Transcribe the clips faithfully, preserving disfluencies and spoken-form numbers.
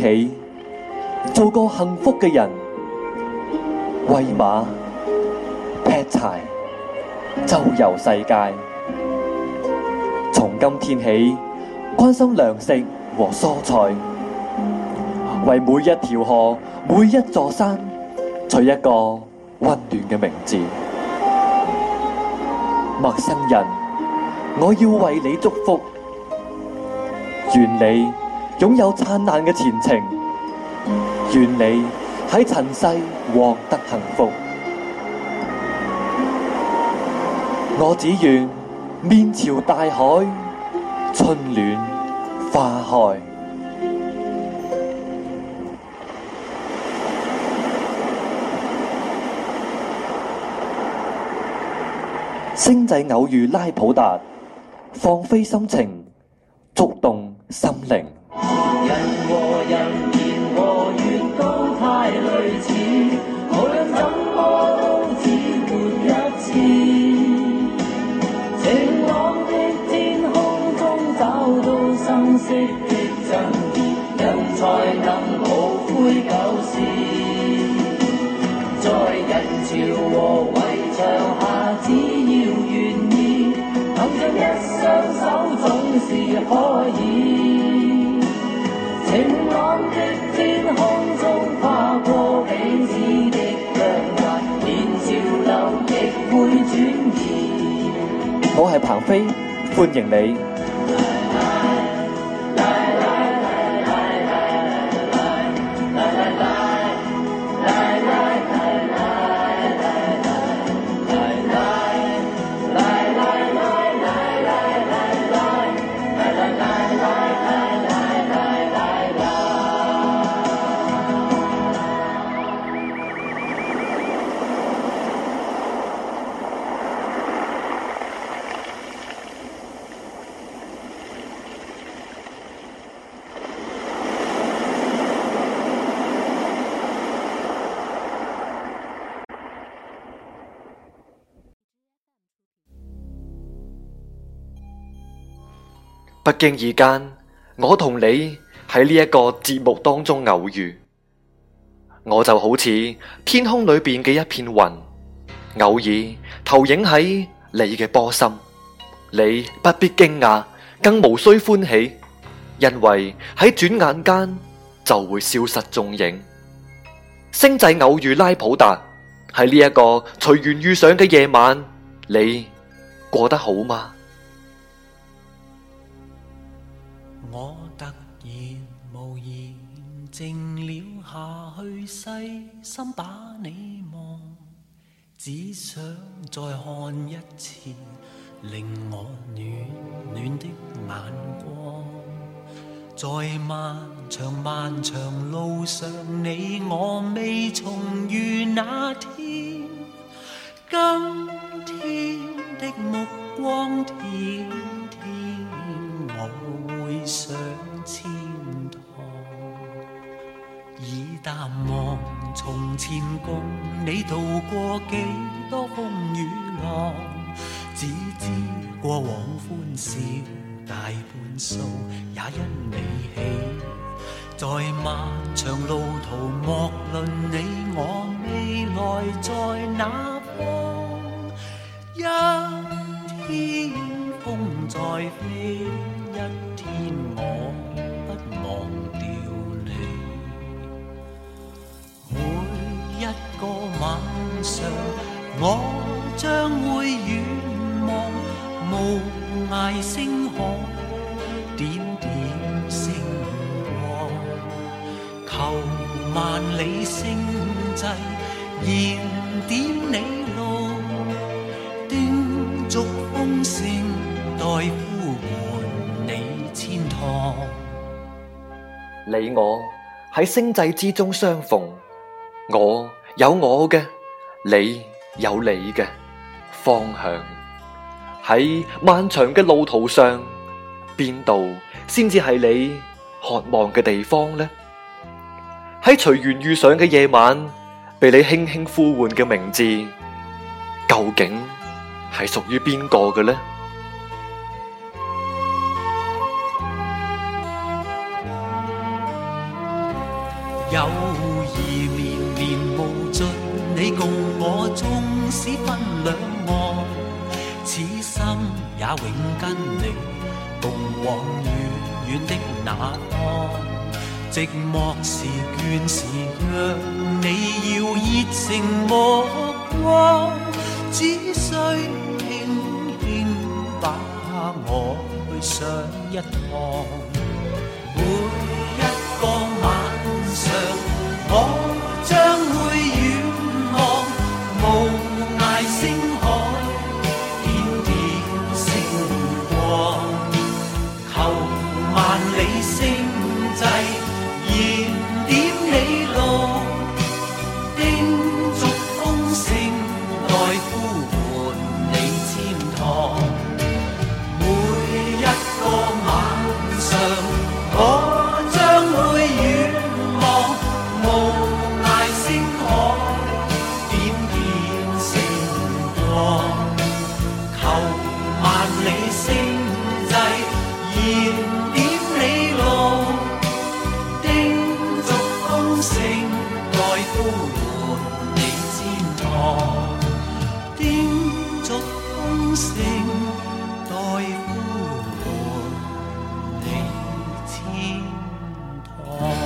起，做個幸福嘅人，餵馬、劈柴、周遊世界。從今天起，關心糧食和蔬菜，為每一條河、每一座山取一個溫暖嘅名字。陌生人，我要為你祝福，願你擁有燦爛嘅前程，願你喺塵世獲得幸福。我只願面朝大海，春暖花開。星際偶遇拉普達，放飛心情，觸動心靈。 人和人言和月都太類似，無論怎麼都只活一次。晴朗的天空中找到生息的真義，人才能無悔舊事。在人潮和圍牆下，只要願意，憑着一雙手總是可以。晴朗的天空中跨過彼此的疆界，連潮流亦會轉移。 我係彭飛，歡迎你。不經意間，我同你喺呢一個節目當中偶遇，我就好似天空裏邊嘅一片雲，偶爾投影喺你嘅波心。你不必驚訝，更無需歡喜，因為喺轉眼間就會消失蹤影。星際偶遇拉普達，喺呢一個隨緣遇上嘅夜晚，你過得好嗎？ 我突然無言靜了下去，細心把你望，只想再看一次令我暖暖的眼光。在漫長漫長路上，你我未重遇那天，今天的目光甜甜，我會上天堂。已淡忘從前共你渡過幾多風雨浪，只知過往歡笑大半數也因你起。在漫長路途，莫論你我未來在哪方，一天風再飛，一天我不忘掉你。每一個晚上，我將會遠望無涯星海，點點星光，求萬里星際燃點你路，叮囑風聲待呼喚你千趟。 你我喺星際之中相逢，我有我嘅，你有你嘅方向。喺漫長嘅路途上，邊度先至係你渴望嘅地方呢？喺隨緣遇上嘅夜晚，被你輕輕呼喚嘅名字，究竟係屬於邊個嘅呢？ 你共我縱使分兩岸，此生也永跟你共往遠遠的那方。寂寞時倦時，讓你要熱情目光，只需輕輕把我去上一趟。每一個晚上，我將會遠望無涯星海，點點星光，求萬里星際燃點你路，叮囑風聲來呼喚你遷堂。每一個晚上，我將會遠望無涯星海，點點星光，求萬里星際燃點你路，叮囑風聲來呼喚你遷堂，叮囑風聲來呼喚你遷堂。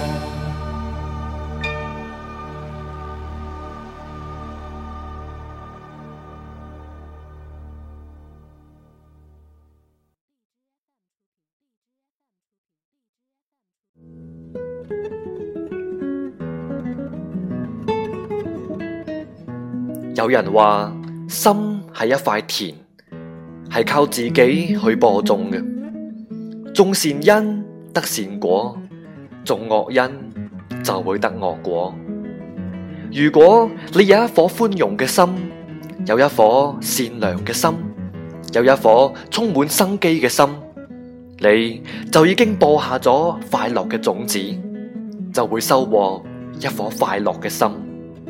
有人話心係一塊田，係靠自己去播種嘅。種善因得善果，種惡因就會得惡果。如果你有一顆寬容嘅心，有一顆善良嘅心，有一顆充滿生機嘅心，你就已經播下咗快樂嘅種子，就會收穫一顆快樂嘅心。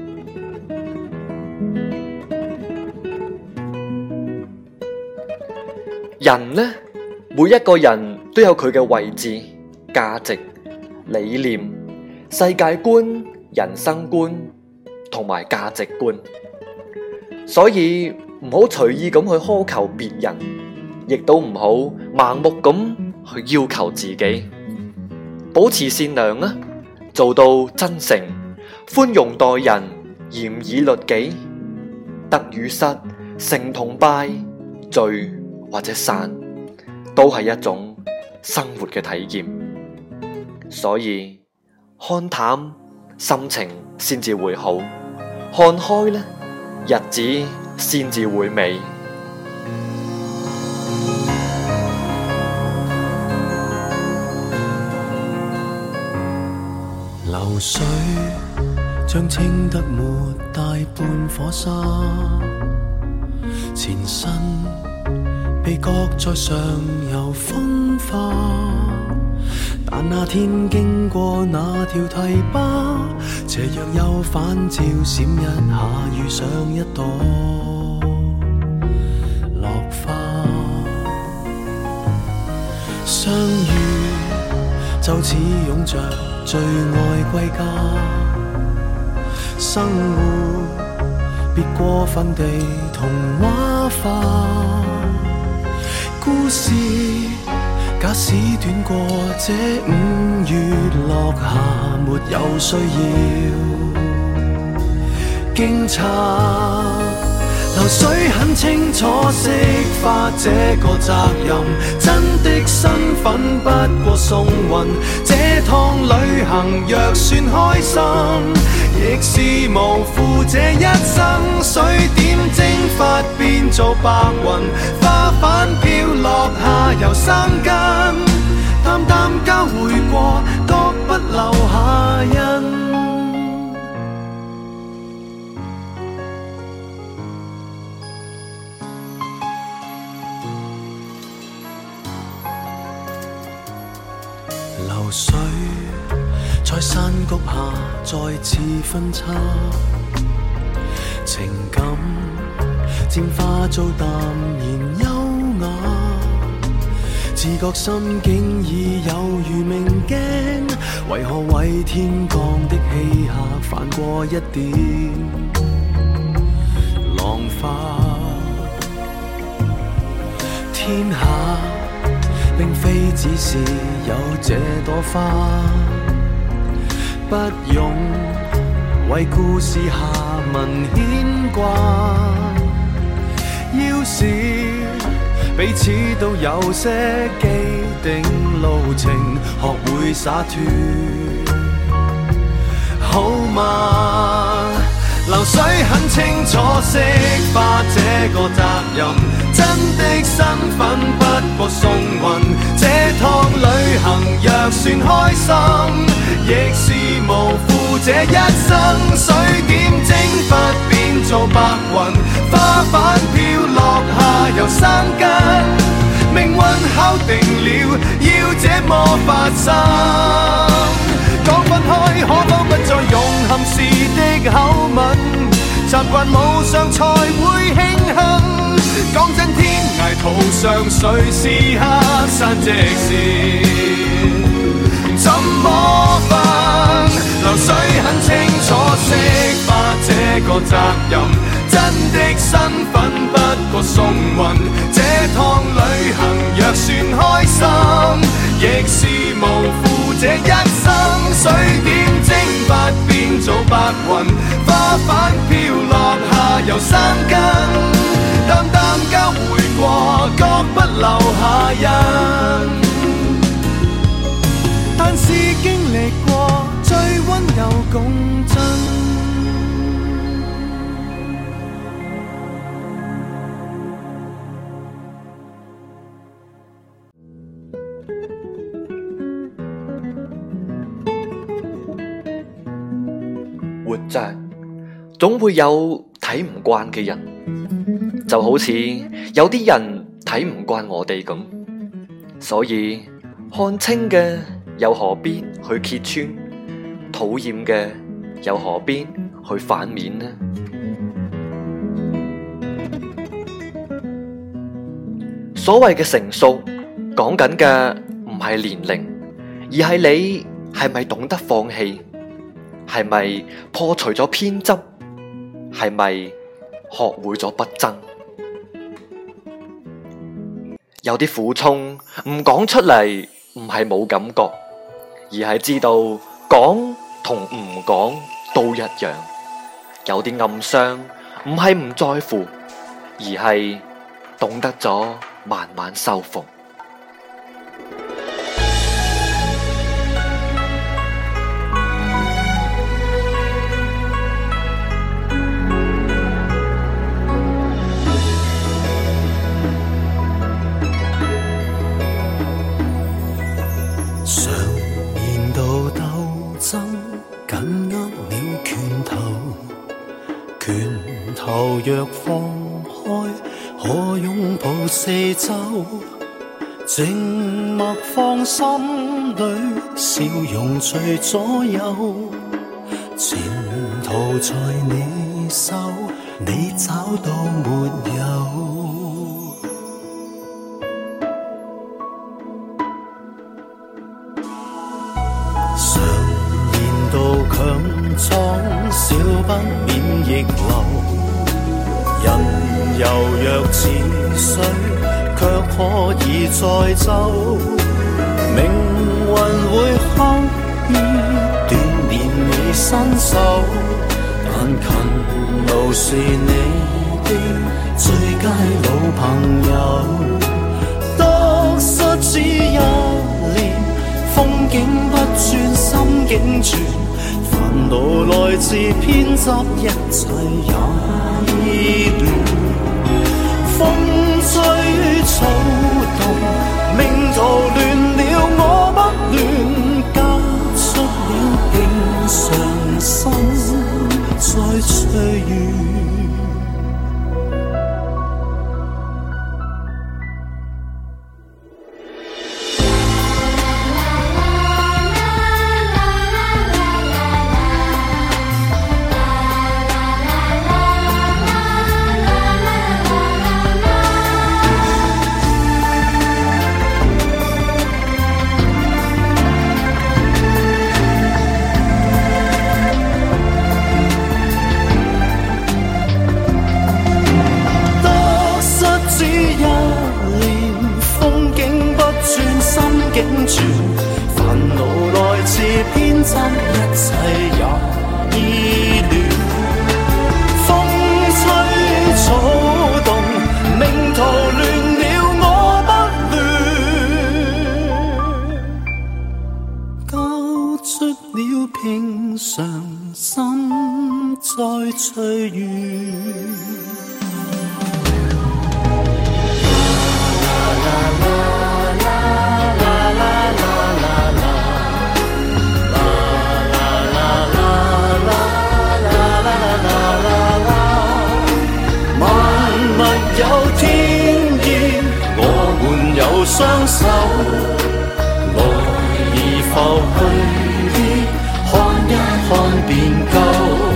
人呢，每一個人都有佢嘅位置、價值、理念、世界觀、人生觀同埋價值觀，所以唔好隨意咁去苛求別人，亦都唔好盲目咁去要求自己。保持善良啊，做到真誠、寬容待人、嚴以律己，得與失、成同敗、聚或者散，都係一種生活嘅體驗。所以看淡，心情先至會好；看開呢，日子先至會美。 流水將清得沒大半火沙，前身被擱在上游風化，但那天經過那條堤壩，斜陽又反照閃一下，遇上一朵落花。相遇就似擁着最愛歸家，生活別過分地童話化。故事假使短過這五月落霞，沒有需要驚詫。流水很清楚釋法這個責任，真的身份不過送運。這趟旅行若算開心，亦是無負這一生。水點蒸發變做白雲，花瓣飄落下又生根，淡淡交匯過，各不留下印。流水在山谷下再次分叉，情感漸化做淡然優雅，自覺心境已有如明鏡，為何為天降的氣客泛過一點天下並非只是有這朵花，不用為故事下文牽掛。要是彼此都有些既定路程，學會灑脫，好嗎？流水很清楚釋化這個責任，真的身份不過送運。這趟旅行若算開心，亦是無負這一生。水點蒸發變做白雲，花瓣飄落下又生根。命運考定了要這麼發生，講分開可否不再用含時的口吻，習慣無常才會慶幸。講真天涯途上誰是下山直線，怎麼辦？流水很清楚釋化這個責任，真的身份不過送運。這趟旅行若算開心，亦是無負這一生。水點蒸發變做白雲，花瓣飄落下又生根，淡淡交回過，各不留下印。但是經歷過最溫柔共振。 活着總會有睇唔慣嘅人，就好似有啲人睇唔慣我哋咁，所以看清嘅又何必去揭穿，討厭嘅又何必去反面呢？所謂嘅成熟，講緊嘅唔係年齡，而係你係咪懂得放棄，係咪破除咗偏執，係咪學會咗不爭？有啲苦衷唔講出嚟，唔係冇感覺，而係知道講同唔講都一樣。有啲暗傷唔係唔在乎，而係懂得咗慢慢修復。 常言道鬥爭緊握了拳頭，拳頭若放開，可擁抱四周，靜默放心裏，笑容隨左右，前途在你手，你找到沒有？常言道強壯少不免逆流，人柔弱似水，卻可以載舟。命運會刻意鍛鍊你身手，但勤勞是你的最佳老朋友。得失只一念，風景不轉，心境轉，煩惱來自偏執，一切也依戀。風吹草動，命途亂了，我不亂，交出了平常心，再隨緣。 雙手，來而浮去的，看一看便夠。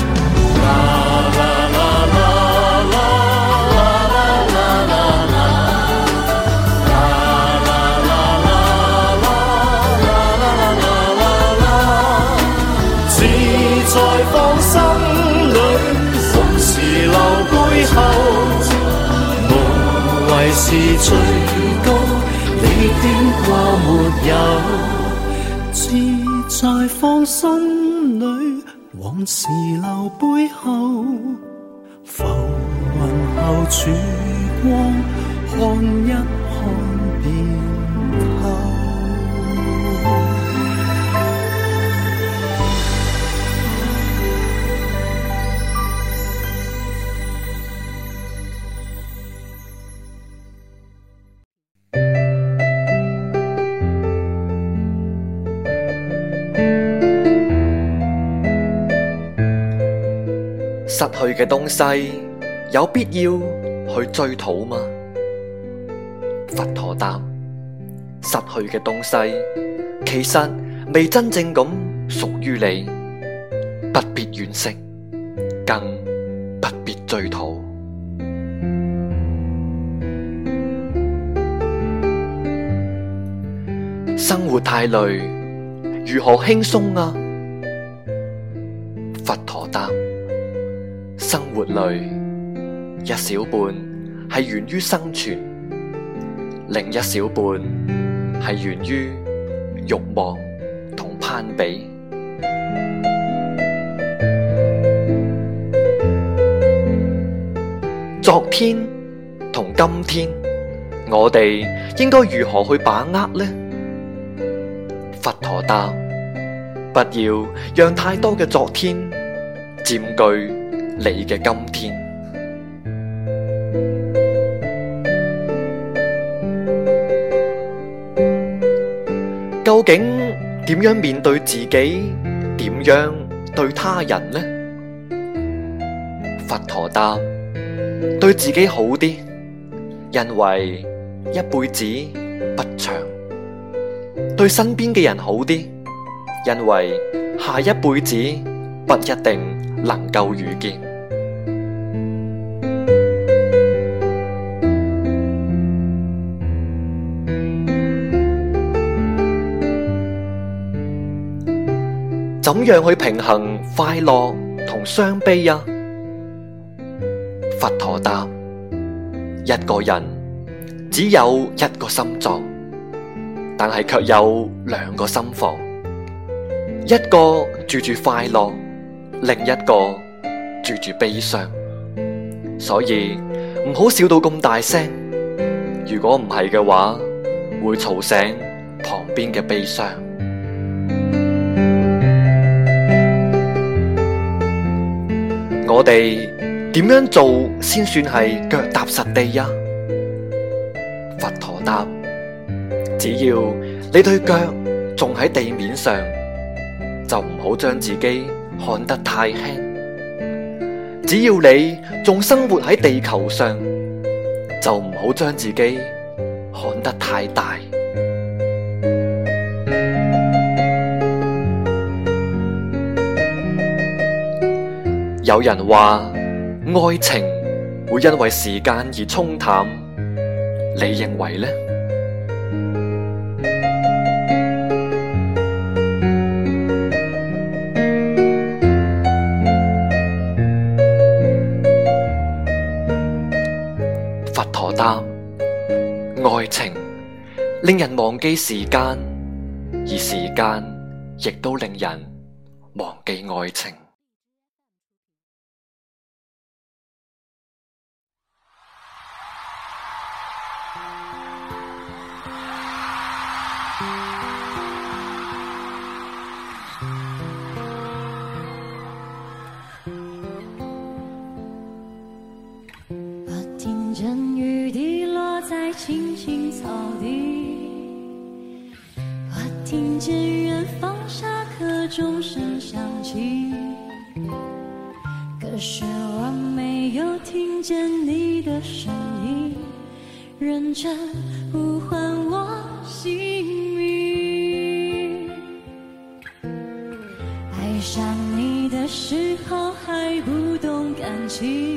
在放心裏，往事留背後，無謂是最高，你經過沒有？自在放心裏，往事留背後，浮雲後曙光，看一看便透。 失去嘅東西有必要去追討嗎？佛陀答：失去嘅東西其實未真正咁屬於你，不必惋惜，更不必追討。生活太累，如何輕鬆啊？佛陀答：生活裏一小半係源於生存，另一小半係源於慾望同攀比。昨天同今天，我哋應該如何去把握呢？佛陀答：不要讓太多嘅昨天佔據你嘅今天。究竟點樣面對自己？點樣對他人呢？佛陀答：對自己好啲，因為一輩子不長；對身邊嘅人好啲，因為下一輩子不一定能夠遇見。怎樣去平衡快樂同傷悲啊？佛陀答：一個人只有一個心臟，但係卻有兩個心房，一個住住快樂，另一個住住悲傷。所以唔好笑到咁大聲，如果唔係嘅話，會嘈醒旁邊嘅悲傷。我哋點樣做先算係腳踏實地呀？佛陀答：只要你對腳仲喺地面上，就唔好將自己看得太輕；只要你仲生活喺地球上，就唔好將自己看得太大。有人話愛情會因為時間而沖淡，你認為呢？佛陀答：愛情令人忘記時間，而時間亦都令人忘記愛情。 我听见雨滴落在青青草地，我听见远方下课钟声响起，可是我没有听见你的声音， 认真呼唤我姓名。爱上你的时候还不懂感情，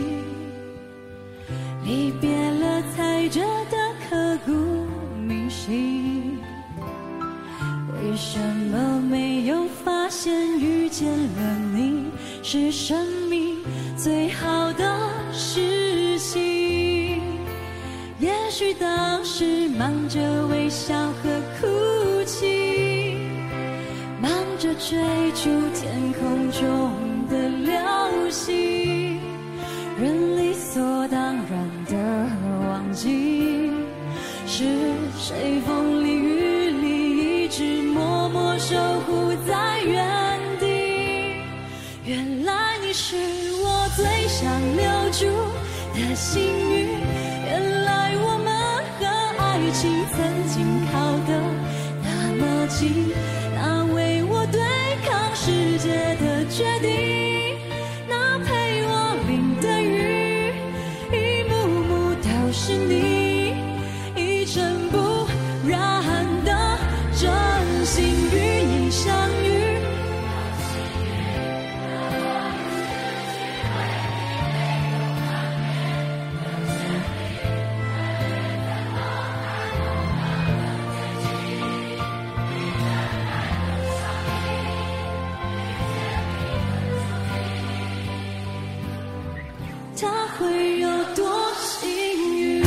离别了才觉得刻骨铭心。为什么没有发现遇见了你是生命最好的事情？也许当时忙着微笑和哭泣，忙着追逐天空中的流星，人理所当然的忘记，是谁风里雨里一直默默守护在原地。原来你是我最想留住的幸运，原来我们和爱情曾经靠得那么近，那为我对抗世界的决定，那陪我淋的雨，一幕幕都是你，一尘不染的真心与你相遇。他会有多幸运？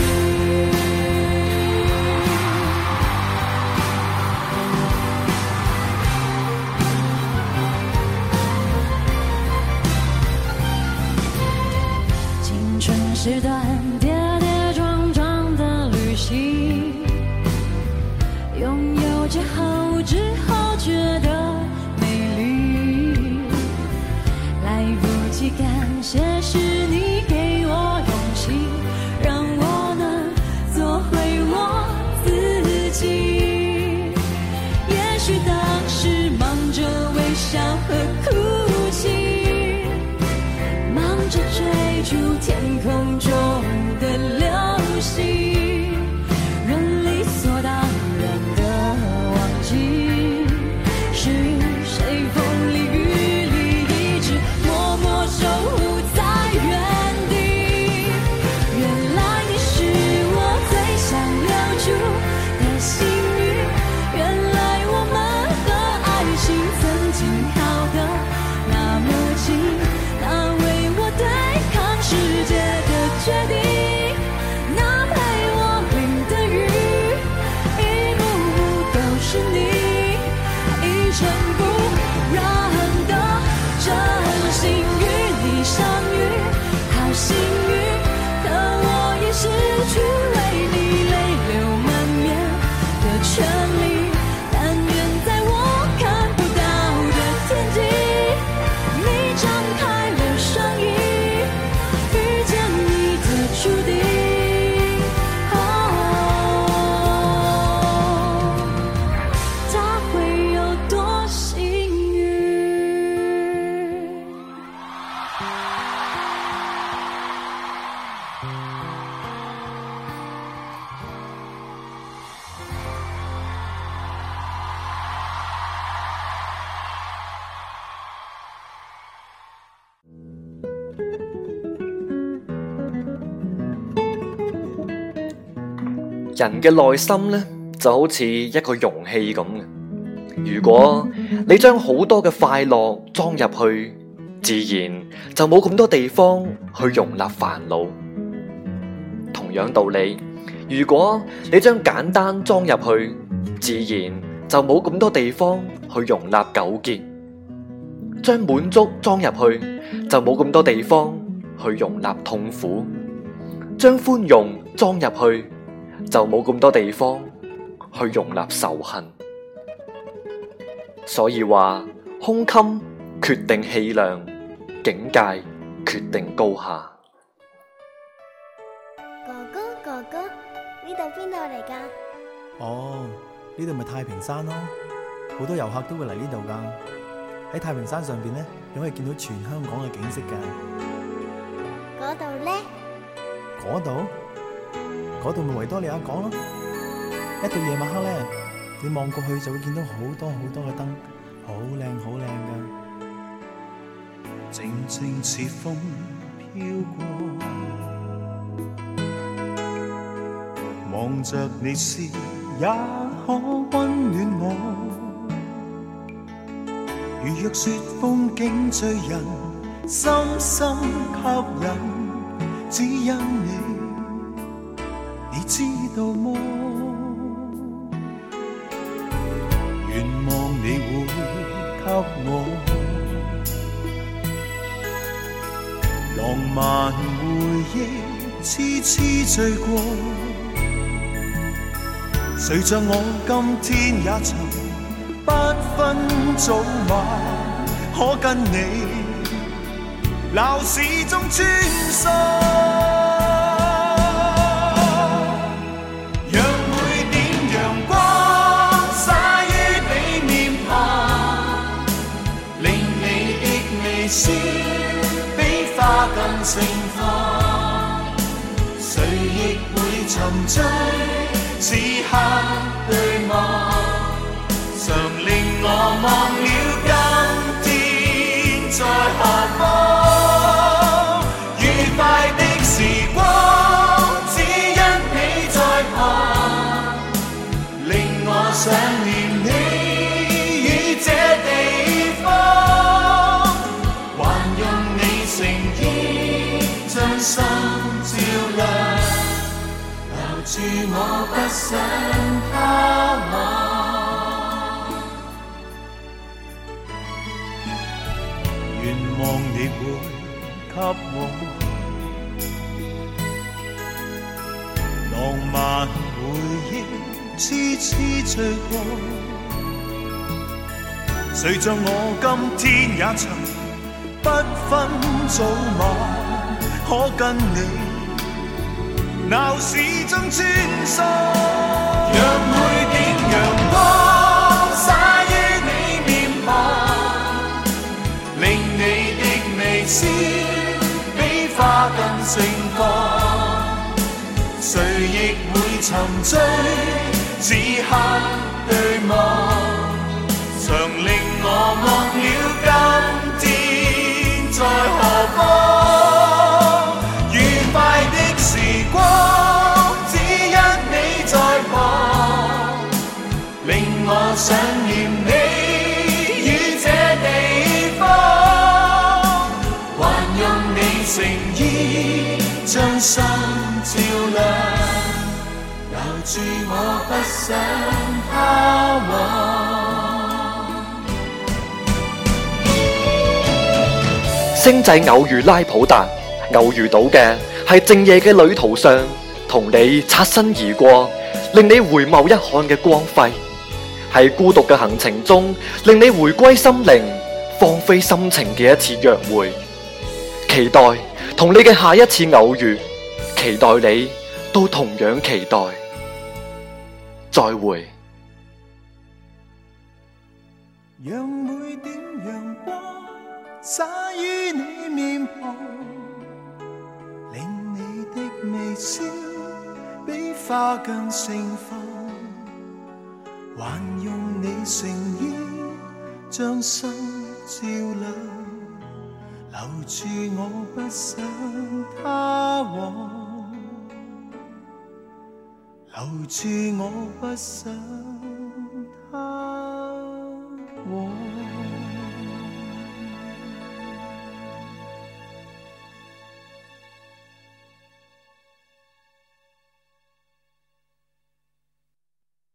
青春是段跌跌撞撞的旅行，拥有之后之后觉得美丽，来不及感谢是你给我勇气，让我能做回我自己。也许当时忙着微笑和哭泣，忙着追逐天空中的流星，人理所当然的忘记，是谁风里雨里一直默默守护在原地。原来你是我最想留住的幸运，原来我们和爱情曾经靠得那么近，那为我对抗世界的决定，那陪我淋的雨，一幕幕都是你，一尘不染的真心与你相遇。好幸运，可我已失去为你泪流满面的权利，但愿在我看不到的天际，你张开了双翼，遇见你的注定。哦，他会有多幸运？ 人嘅內心呢，就好似一個容器咁嘅。如果你將好多嘅快樂裝入去，自然就冇咁多地方去容納煩惱。同樣道理，如果你將簡單裝入去，自然就冇咁多地方去容納糾結。將滿足裝入去，就冇咁多地方去容納痛苦。將寬容裝入去，就冇咁多地方去容納仇恨。所以話，胸襟決定氣量，境界決定高下。 哥哥哥哥，呢度邊度嚟㗎？ 哦，呢度咪太平山咯，好多遊客都會嚟呢度㗎。喺太平山上邊呢，你可以見到全香港嘅景色㗎。 嗰度呢？ 嗰度？ 嗰度咪維多利亞港咯。一到夜晚黑咧，你望過去就會見到好多好多嘅燈，好靚好靚噶。 靜靜似風飄過，望着你笑也可溫暖我。如若說風景醉人，深深吸引，只因你，你知道麼？願望你會給我浪漫回憶，痴痴醉過。誰像我今天也曾不分早晚，可跟你鬧市中穿梭，讓每點陽光灑於你面龐，令你的微笑比花更盛放，誰亦會沉醉，此刻對望，常令我忘了今天在何方。愉快的時光，只因你在旁，令我想念你與這地方，還用你誠意將心照亮，留住我不想他往。願望你會給我浪漫回憶，痴痴醉過。誰像我今天也曾不分早晚，可跟你鬧市中穿梭，讓每點陽光灑於你面龐，令你的微笑比花更盛放，誰亦會沉醉，此刻對望，常令我忘了今天在何方。愉快的時光，只因你在旁，令我想念你與這地方，還用你誠意將心照亮，留住我不想他往。 星際偶遇拉普達，偶遇到嘅係靜夜嘅旅途上，同你擦身而過，令你回眸一看嘅光輝；喺孤獨嘅行程中，令你回歸心靈，放飛心情嘅一次約會。期待同你嘅下一次偶遇，期待你都同樣期待。再會。 讓每點陽光灑於你面龐，令你的微笑比花更盛放，還用你誠意將心照亮，留住我不想他往，留住我不想